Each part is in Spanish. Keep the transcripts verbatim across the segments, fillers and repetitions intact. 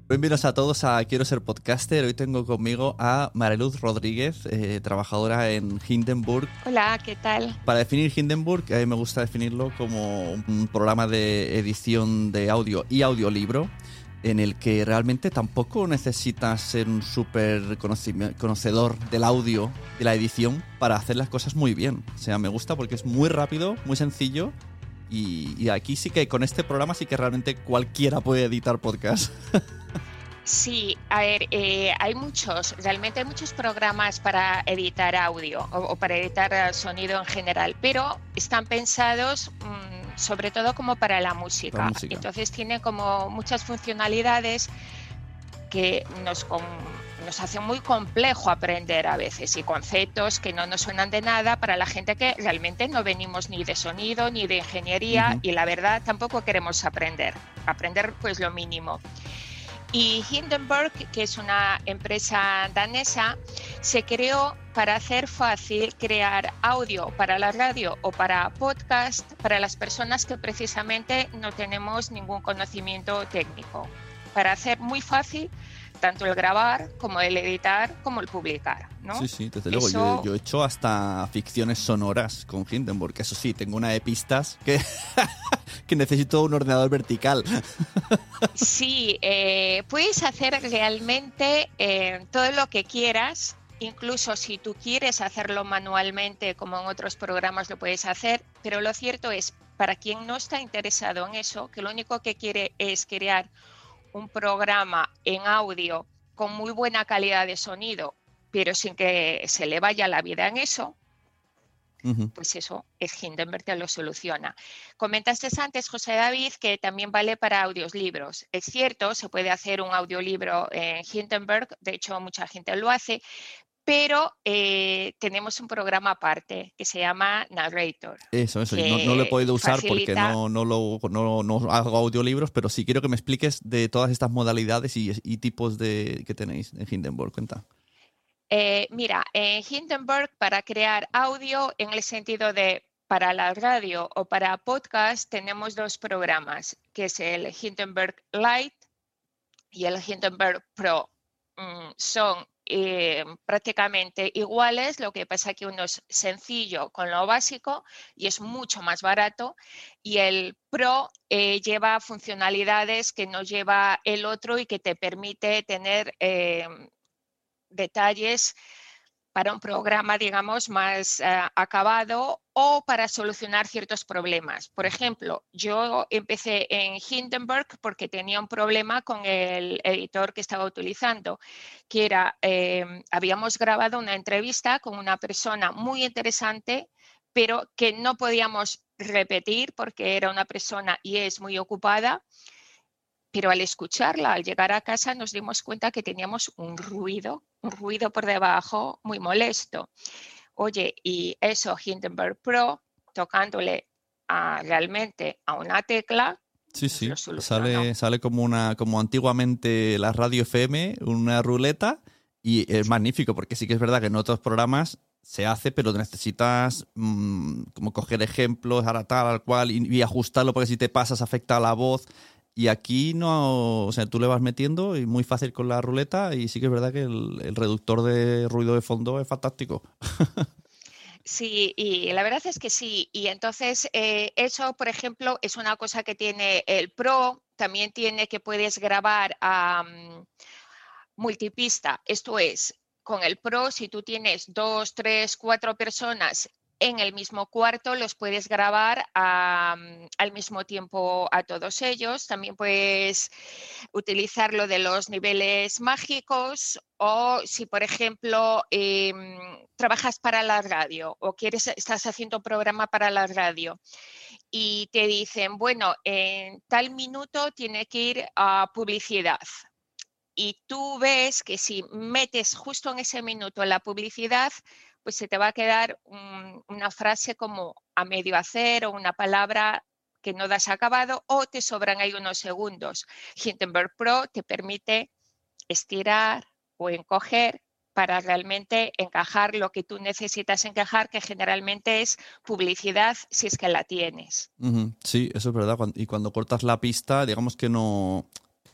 Bienvenidos a todos a Quiero ser podcaster. Hoy tengo conmigo a Mariluz Rodríguez, eh, trabajadora en Hindenburg. Hola, ¿qué tal? Para definir Hindenburg, a mí me gusta definirlo como un programa de edición de audio y audiolibro en el que realmente tampoco necesitas ser un súper conocedor del audio, de la edición, para hacer las cosas muy bien. O sea, me gusta porque es muy rápido, muy sencillo. Y, y aquí sí que con este programa sí que realmente cualquiera puede editar podcast. Sí, a ver, eh, hay muchos, realmente hay muchos programas para editar audio o, o para editar sonido en general, pero están pensados mmm, sobre todo como para la música. La música. Entonces tiene como muchas funcionalidades que nos, con, nos hace muy complejo aprender a veces y conceptos que no nos suenan de nada para la gente que realmente no venimos ni de sonido ni de ingeniería uh-huh. y la verdad tampoco queremos aprender, aprender pues lo mínimo. Y Hindenburg, que es una empresa danesa, se creó para hacer fácil crear audio para la radio o para podcast para las personas que precisamente no tenemos ningún conocimiento técnico. Para hacer muy fácil tanto el grabar como el editar como el publicar, ¿no? Sí, sí, desde luego. Eso... Yo, yo he hecho hasta ficciones sonoras con Hindenburg. Eso sí, tengo una de pistas que, que necesito un ordenador vertical. Sí, eh, puedes hacer realmente eh, todo lo que quieras. Incluso si tú quieres hacerlo manualmente, como en otros programas lo puedes hacer, pero lo cierto es, para quien no está interesado en eso, que lo único que quiere es crear un programa en audio con muy buena calidad de sonido, pero sin que se le vaya la vida en eso, uh-huh. pues eso es Hindenburg te lo soluciona. Comentaste antes, José David, que también vale para audiolibros. Es cierto, se puede hacer un audiolibro en Hindenburg, de hecho mucha gente lo hace, pero eh, tenemos un programa aparte que se llama Narrator. Eso, eso. No, no lo he podido usar facilita... porque no, no, lo, no, no hago audiolibros, pero sí quiero que me expliques de todas estas modalidades y, y tipos de que tenéis en Hindenburg. Cuenta. Eh, mira, en Hindenburg para crear audio en el sentido de para la radio o para podcast tenemos dos programas, que es el Hindenburg Lite y el Hindenburg Pro. Mm, son Eh, prácticamente iguales, lo que pasa que uno es sencillo con lo básico y es mucho más barato, y el Pro eh, lleva funcionalidades que no lleva el otro y que te permite tener eh, detalles para un programa, digamos, más uh, acabado o para solucionar ciertos problemas. Por ejemplo, yo empecé en Hindenburg porque tenía un problema con el editor que estaba utilizando, que era, eh, habíamos grabado una entrevista con una persona muy interesante, pero que no podíamos repetir porque era una persona y es muy ocupada. Pero al escucharla, al llegar a casa, nos dimos cuenta que teníamos un ruido, un ruido por debajo muy molesto. Oye, y eso, Hindenburg Pro, tocándole a, realmente a una tecla, sí, sí, sale, sale como una, como antiguamente la radio F M, una ruleta, y es magnífico, porque sí que es verdad que en otros programas se hace, pero necesitas mmm, como coger ejemplos, ahora tal, al cual, y, y ajustarlo, porque si te pasas afecta a la voz. Y aquí no, o sea, tú le vas metiendo y muy fácil con la ruleta, y sí que es verdad que el, el reductor de ruido de fondo es fantástico. Sí, y la verdad es que sí. Y entonces eh, eso, por ejemplo, es una cosa que tiene el Pro. También tiene que puedes grabar a um, multipista. Esto es, con el Pro, si tú tienes dos, tres, cuatro personas en el mismo cuarto, los puedes grabar a, al mismo tiempo a todos ellos. También puedes utilizar lo de los niveles mágicos, o si, por ejemplo, eh, trabajas para la radio o quieres, estás haciendo un programa para la radio y te dicen, bueno, en tal minuto tiene que ir a publicidad. Y tú ves que si metes justo en ese minuto la publicidad, pues se te va a quedar un, una frase como a medio hacer o una palabra que no das acabado, o te sobran ahí unos segundos. Hindenburg Pro te permite estirar o encoger para realmente encajar lo que tú necesitas encajar, que generalmente es publicidad, si es que la tienes. Uh-huh. Sí, eso es verdad. Y cuando cortas la pista, digamos que no...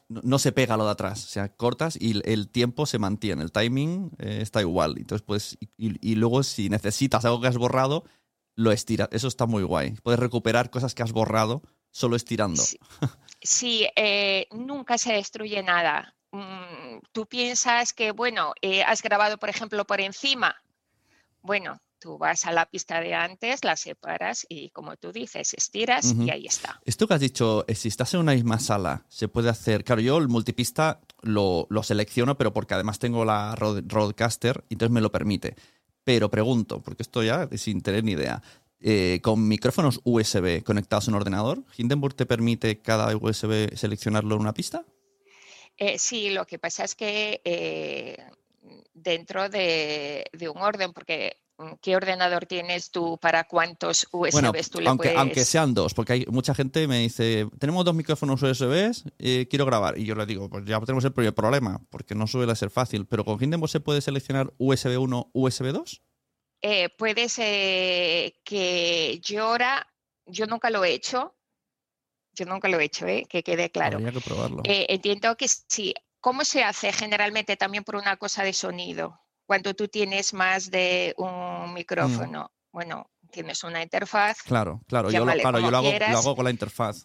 no, no se pega lo de atrás. O sea, cortas y el, el tiempo se mantiene, el timing eh, está igual. Entonces, pues, y, y luego si necesitas algo que has borrado, lo estiras. Eso está muy guay. Puedes recuperar cosas que has borrado solo estirando. Sí, sí eh, nunca se destruye nada. Mm, tú piensas que, bueno, eh, has grabado, por ejemplo, por encima. Bueno, tú vas a la pista de antes, la separas y, como tú dices, estiras Uh-huh. y ahí está. Esto que has dicho, si estás en una misma sala, se puede hacer... Claro, yo el multipista lo, lo selecciono, pero porque además tengo la Rode, Rodecaster y entonces me lo permite. Pero pregunto, porque esto ya sin tener ni idea, eh, con micrófonos U S B conectados a un ordenador, ¿Hindenburg te permite cada U S B seleccionarlo en una pista? Eh, sí, lo que pasa es que eh, dentro de, de un orden, porque ¿qué ordenador tienes tú para cuántos U S Bs Bueno, tú le aunque, puedes...? aunque sean dos, porque hay mucha gente me dice, tenemos dos micrófonos U S Bs, eh, quiero grabar. Y yo le digo, pues ya tenemos el primer problema, porque no suele ser fácil. Pero con Hindenburg se puede seleccionar U S B uno, U S B dos. Eh, puedes eh, que yo ahora, yo nunca lo he hecho, yo nunca lo he hecho, ¿eh? Que quede claro. Habría que probarlo. Eh, entiendo que sí. ¿Cómo se hace generalmente también por una cosa de sonido? Cuando tú tienes más de un micrófono, mm. bueno, tienes una interfaz. Claro, claro, yo lo, claro, yo lo hago, lo hago con la interfaz.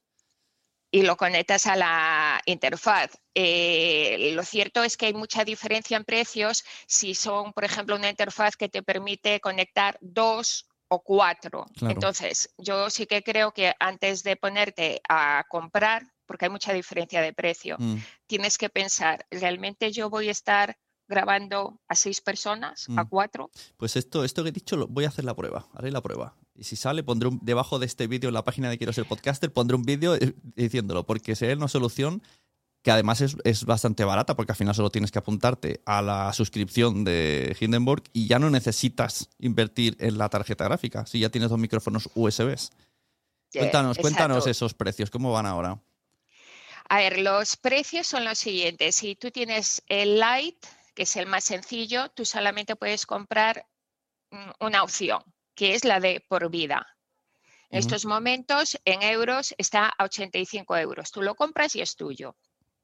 Y lo conectas a la interfaz. Eh, lo cierto es que hay mucha diferencia en precios si son, por ejemplo, una interfaz que te permite conectar dos o cuatro. Claro. Entonces, yo sí que creo que antes de ponerte a comprar, porque hay mucha diferencia de precio, mm. tienes que pensar, ¿realmente yo voy a estar grabando a seis personas, mm. a cuatro? Pues esto, esto que he dicho, lo, voy a hacer la prueba, haré la prueba. Y si sale, pondré un, debajo de este vídeo en la página de Quiero Ser Podcaster, pondré un vídeo diciéndolo, porque sería una solución que además es, es bastante barata, porque al final solo tienes que apuntarte a la suscripción de Hindenburg y ya no necesitas invertir en la tarjeta gráfica, si ya tienes dos micrófonos U S Bs. Yeah, cuéntanos, cuéntanos esos precios, ¿cómo van ahora? A ver, los precios son los siguientes. Si tú tienes el Lite, que es el más sencillo, tú solamente puedes comprar una opción, que es la de por vida. En uh-huh. estos momentos, en euros, está a ochenta y cinco euros. Tú lo compras y es tuyo.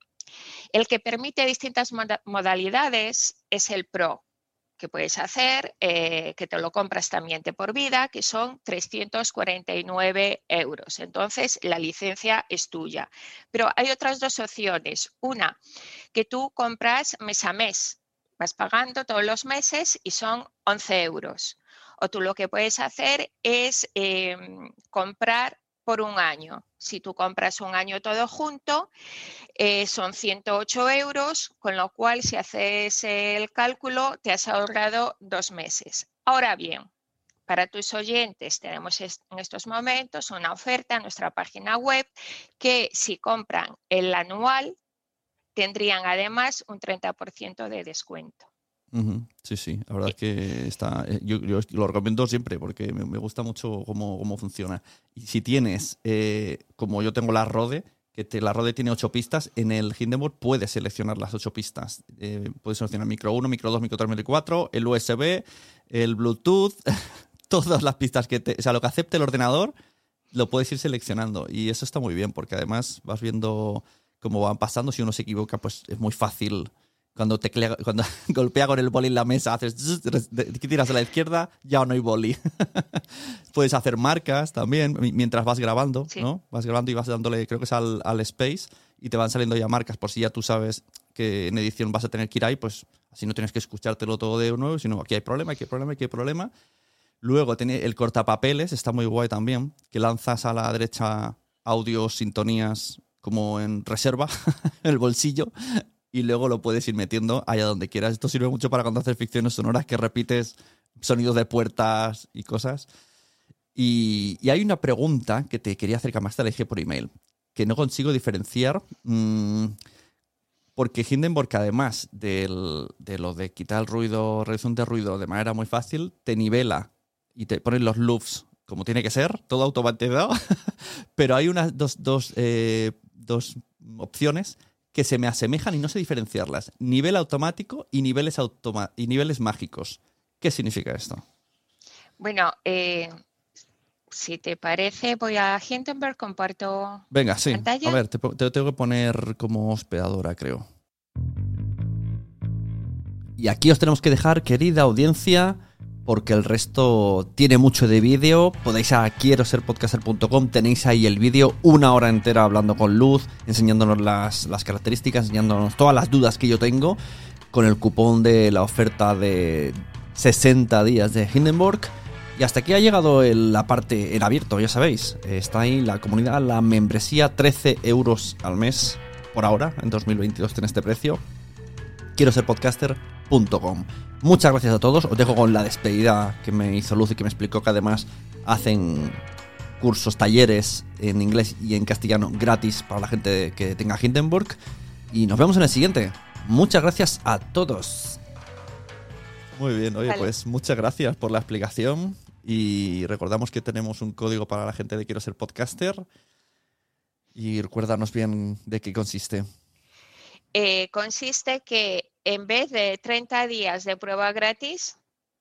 El que permite distintas moda- modalidades es el Pro, que puedes hacer, eh, que te lo compras también de por vida, que son trescientos cuarenta y nueve euros. Entonces, la licencia es tuya. Pero hay otras dos opciones. Una, que tú compras mes a mes. Vas pagando todos los meses y son once euros. O tú lo que puedes hacer es eh, comprar por un año. Si tú compras un año todo junto, eh, son ciento ocho euros, con lo cual si haces el cálculo te has ahorrado dos meses. Ahora bien, para tus oyentes tenemos est- en estos momentos una oferta en nuestra página web que si compran el anual tendrían además un treinta por ciento de descuento. Uh-huh. Sí, sí, la verdad es que está, yo, yo lo recomiendo siempre porque me, me gusta mucho cómo, cómo funciona. Y si tienes, eh, como yo tengo la Rode, que te, la Rode tiene ocho pistas, en el Hindenburg puedes seleccionar las ocho pistas. Eh, puedes seleccionar micro uno, micro dos, micro tres, micro cuatro, el U S B, el Bluetooth, todas las pistas que te, o sea, lo que acepte el ordenador lo puedes ir seleccionando y eso está muy bien porque además vas viendo cómo van pasando. Si uno se equivoca, pues es muy fácil. Cuando, teclea, cuando golpea con el boli en la mesa, haces tiras a la izquierda, ya no hay boli. Puedes hacer marcas también mientras vas grabando, sí. ¿no? Vas grabando y vas dándole, creo que es al, al space, y te van saliendo ya marcas por si ya tú sabes que en edición vas a tener que ir ahí, pues así no tienes que escuchártelo todo de nuevo, sino aquí hay problema, aquí hay problema, aquí hay problema. Luego tiene el cortapapeles, está muy guay también, que lanzas a la derecha audios, sintonías como en reserva, el bolsillo, y luego lo puedes ir metiendo allá donde quieras. Esto sirve mucho para cuando haces ficciones sonoras que repites sonidos de puertas y cosas. Y, y hay una pregunta que te quería hacer, que más te la dije por email, que no consigo diferenciar, mmm, porque Hindenburg, además del, de lo de quitar el ruido, reducción de ruido de manera muy fácil, te nivela y te ponen los loops como tiene que ser, todo automatizado, pero hay unas dos, dos, eh, dos opciones que se me asemejan y no sé diferenciarlas. Nivel automático y niveles, automa- y niveles mágicos. ¿Qué significa esto? Bueno, eh, si te parece, voy a Hindenburg, comparto Venga, sí. pantalla. A ver, te, te tengo que poner como hospedadora, creo. Y aquí os tenemos que dejar, querida audiencia, porque el resto tiene mucho de vídeo. Podéis a quiero ser podcaster punto com, tenéis ahí el vídeo, una hora entera hablando con Luz, enseñándonos las, las características, enseñándonos todas las dudas que yo tengo, con el cupón de la oferta de sesenta días de Hindenburg. Y hasta aquí ha llegado el, la parte en abierto, ya sabéis. Está ahí la comunidad, la membresía, trece euros al mes por ahora, en dos mil veintidós tiene este precio. quiero ser podcaster punto com. Muchas gracias a todos. Os dejo con la despedida que me hizo Luz y que me explicó que además hacen cursos, talleres en inglés y en castellano gratis para la gente que tenga Hindenburg. Y nos vemos en el siguiente. Muchas gracias a todos. Muy bien, oye, vale. Pues muchas gracias por la explicación. Y recordamos que tenemos un código para la gente de Quiero Ser Podcaster. Y recuérdanos bien de qué consiste. Eh, consiste que en vez de treinta días de prueba gratis,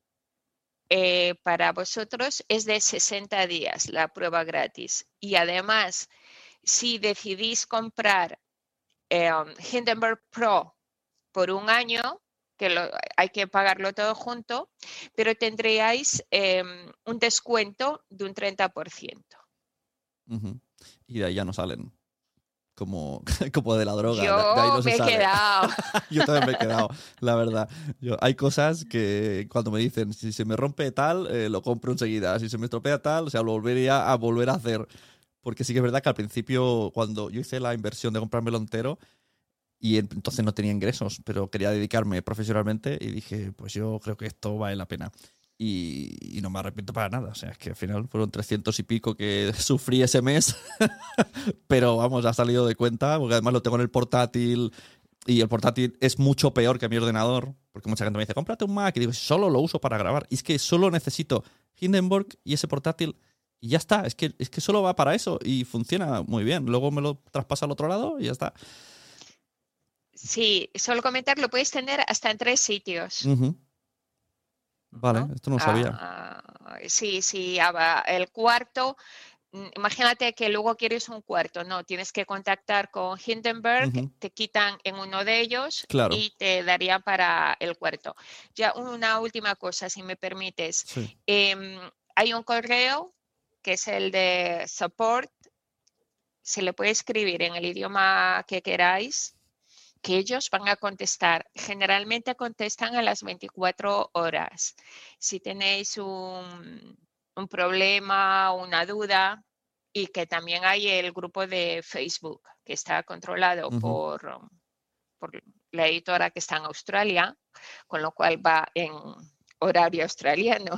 eh, para vosotros es de sesenta días la prueba gratis. Y además, si decidís comprar eh, Hindenburg Pro por un año, que lo, hay que pagarlo todo junto, pero tendríais eh, un descuento de un treinta por ciento. Uh-huh. Y de ahí ya no salen. Como, como de la droga. Yo de, de ahí no me se he sale. quedado. Yo también me he quedado, la verdad. Yo, hay cosas que cuando me dicen, si se me rompe tal, eh, lo compro enseguida. Si se me estropea tal, o sea, lo volvería a volver a hacer. Porque sí que es verdad que al principio, cuando yo hice la inversión de comprármelo entero, y entonces no tenía ingresos, pero quería dedicarme profesionalmente, y dije, pues yo creo que esto vale la pena. Y, y no me arrepiento para nada. O sea, es que al final fueron trescientos y pico que sufrí ese mes. Pero vamos, ha salido de cuenta, porque además lo tengo en el portátil. Y el portátil es mucho peor que mi ordenador. Porque mucha gente me dice, cómprate un Mac. Y digo, solo lo uso para grabar. Y es que solo necesito Hindenburg y ese portátil. Y ya está. Es que, es que solo va para eso. Y funciona muy bien. Luego me lo traspasa al otro lado y ya está. Sí, solo comentar, lo puedes tener hasta en tres sitios. Uh-huh. Vale, ¿no? Esto no lo sabía. Ah, sí, sí, el cuarto, imagínate que luego quieres un cuarto, no, tienes que contactar con Hindenburg, uh-huh. Te quitan en uno de ellos, claro. Y te daría para el cuarto. Ya una última cosa, si me permites. Sí. Eh, hay un correo que es el de support, se le puede escribir en el idioma que queráis, que ellos van a contestar. Generalmente contestan a las veinticuatro horas. Si tenéis un, un problema, una duda, y que también hay el grupo de Facebook que está controlado uh-huh. por, por la editora que está en Australia, con lo cual va en horario australiano.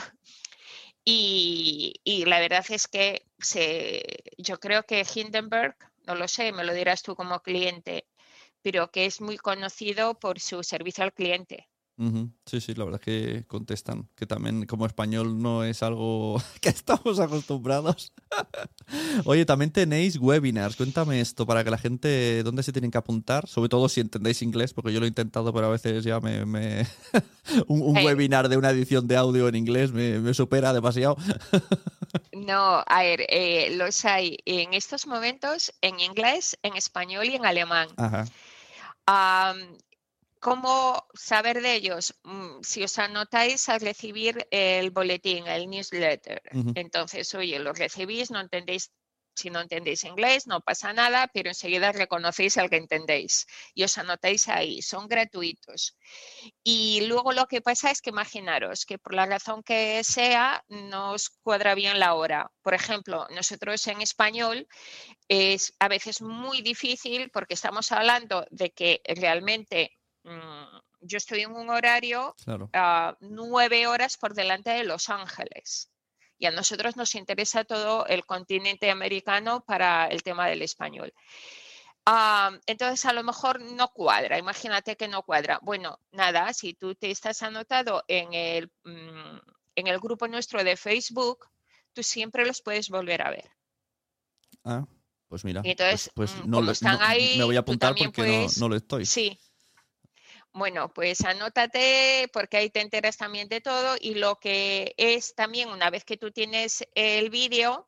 Y, y la verdad es que se, yo creo que Hindenburg, no lo sé, me lo dirás tú como cliente, pero que es muy conocido por su servicio al cliente. Uh-huh. Sí, sí, la verdad es que contestan, que también como español no es algo que estamos acostumbrados. Oye, también tenéis webinars, cuéntame esto, para que la gente, ¿dónde se tienen que apuntar? Sobre todo si entendéis inglés, porque yo lo he intentado, pero a veces ya me... me... un un hey. webinar de una edición de audio en inglés me, me supera demasiado. No, a ver, eh, los hay en estos momentos en inglés, en español y en alemán. Ajá. Um, ¿Cómo saber de ellos? Si os anotáis al recibir el boletín, el newsletter, uh-huh. Entonces, oye, lo recibís, no entendéis, si no entendéis inglés, no pasa nada, pero enseguida reconocéis al que entendéis y os anotáis ahí, son gratuitos. Y luego lo que pasa es que imaginaros que por la razón que sea, no os cuadra bien la hora. Por ejemplo, nosotros en español es a veces muy difícil porque estamos hablando de que realmente mmm, yo estoy en un horario claro. uh, nueve horas por delante de Los Ángeles. Y a nosotros nos interesa todo el continente americano para el tema del español. Uh, entonces, a lo mejor no cuadra. Imagínate que no cuadra. Bueno, nada, si tú te estás anotado en el, mmm, en el grupo nuestro de Facebook, tú siempre los puedes volver a ver. Ah, pues mira. Y entonces, pues, pues mmm, no, como lo, están no, ahí, me voy a apuntar porque puedes, no, no lo estoy. Sí. Bueno, pues anótate porque ahí te enteras también de todo y lo que es también una vez que tú tienes el vídeo,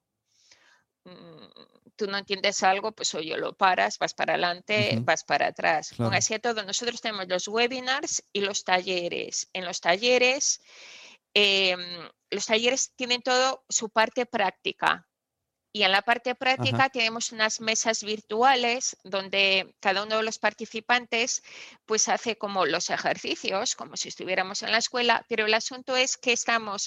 tú no entiendes algo, pues oye, lo paras, vas para adelante, uh-huh. vas para atrás. Claro. Con así a todo, nosotros tenemos los webinars y los talleres. En los talleres, eh, los talleres tienen todo su parte práctica. Y en la parte práctica Ajá. tenemos unas mesas virtuales donde cada uno de los participantes pues hace como los ejercicios, como si estuviéramos en la escuela, pero el asunto es que estamos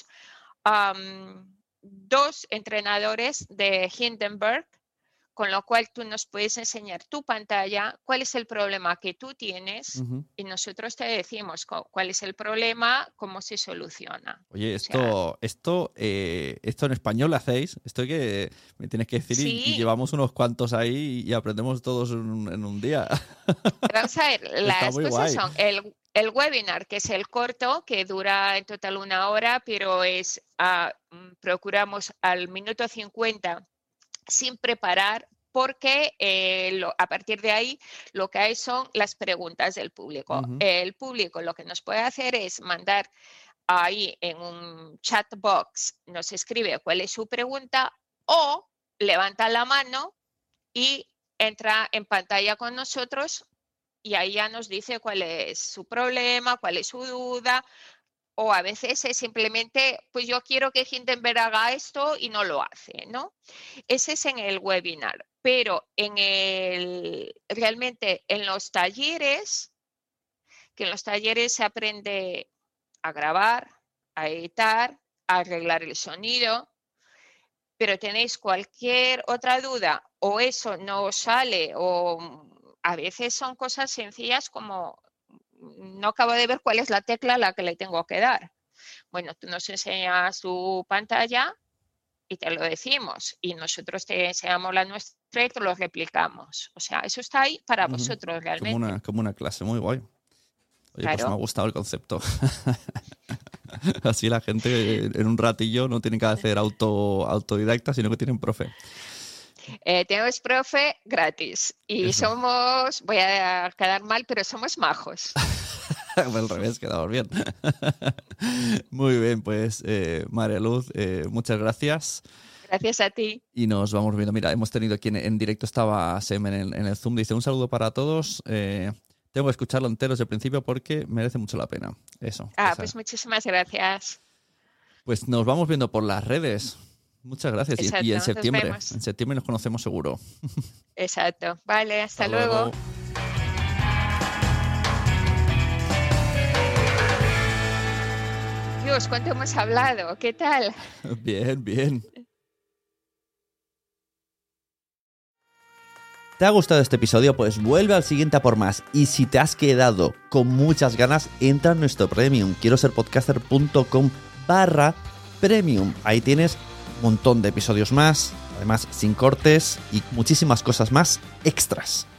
um, dos entrenadores de Hindenburg, con lo cual tú nos puedes enseñar tu pantalla, cuál es el problema que tú tienes uh-huh. y nosotros te decimos cuál es el problema, cómo se soluciona. Oye, esto, o sea, esto, eh, esto en español lo hacéis, esto que me tienes que decir sí. y, y llevamos unos cuantos ahí y aprendemos todos en, en un día. Vamos a ver, las cosas guay. son el, el webinar, que es el corto, que dura en total una hora, pero es uh, procuramos al minuto cincuenta sin preparar, porque eh, lo, a partir de ahí lo que hay son las preguntas del público. Uh-huh. El público lo que nos puede hacer es mandar ahí en un chat box, nos escribe cuál es su pregunta o levanta la mano y entra en pantalla con nosotros y ahí ya nos dice cuál es su problema, cuál es su duda. O a veces es simplemente, pues yo quiero que Hindenburg haga esto y no lo hace, ¿no? Ese es en el webinar. Pero en el, realmente en los talleres, que en los talleres se aprende a grabar, a editar, a arreglar el sonido, pero tenéis cualquier otra duda o eso no os sale o a veces son cosas sencillas como no acabo de ver cuál es la tecla a la que le tengo que dar. Bueno, tú nos enseñas tu pantalla y te lo decimos y nosotros te enseñamos la nuestra y te lo replicamos. O sea, eso está ahí para uh-huh. vosotros realmente. Como una, como una clase, muy guay. Oye, claro. Pues me ha gustado el concepto. Así la gente en un ratillo no tiene que hacer auto, autodidacta, sino que tienen profe. Eh, tenemos profe gratis y Eso. somos, voy a quedar mal, pero somos majos. Al revés, quedamos bien. Muy bien, pues eh, María Luz, eh, muchas gracias. Gracias a ti. Y nos vamos viendo. Mira, hemos tenido aquí en, en directo, estaba Sem en el, en el Zoom, dice un saludo para todos. Eh, tengo que escucharlo entero desde el principio porque merece mucho la pena. Eso. Ah, esa. Pues muchísimas gracias. Pues nos vamos viendo por las redes. Muchas gracias. Exacto, y, y en septiembre, en septiembre nos conocemos seguro. Exacto. Vale, hasta, hasta luego. luego. Dios, ¿cuánto hemos hablado? ¿Qué tal? Bien, bien. ¿Te ha gustado este episodio? Pues vuelve al siguiente a por más. Y si te has quedado con muchas ganas, entra en nuestro premium. Quiero ser podcaster punto com barra premium. Ahí tienes un montón de episodios más, además sin cortes y muchísimas cosas más extras.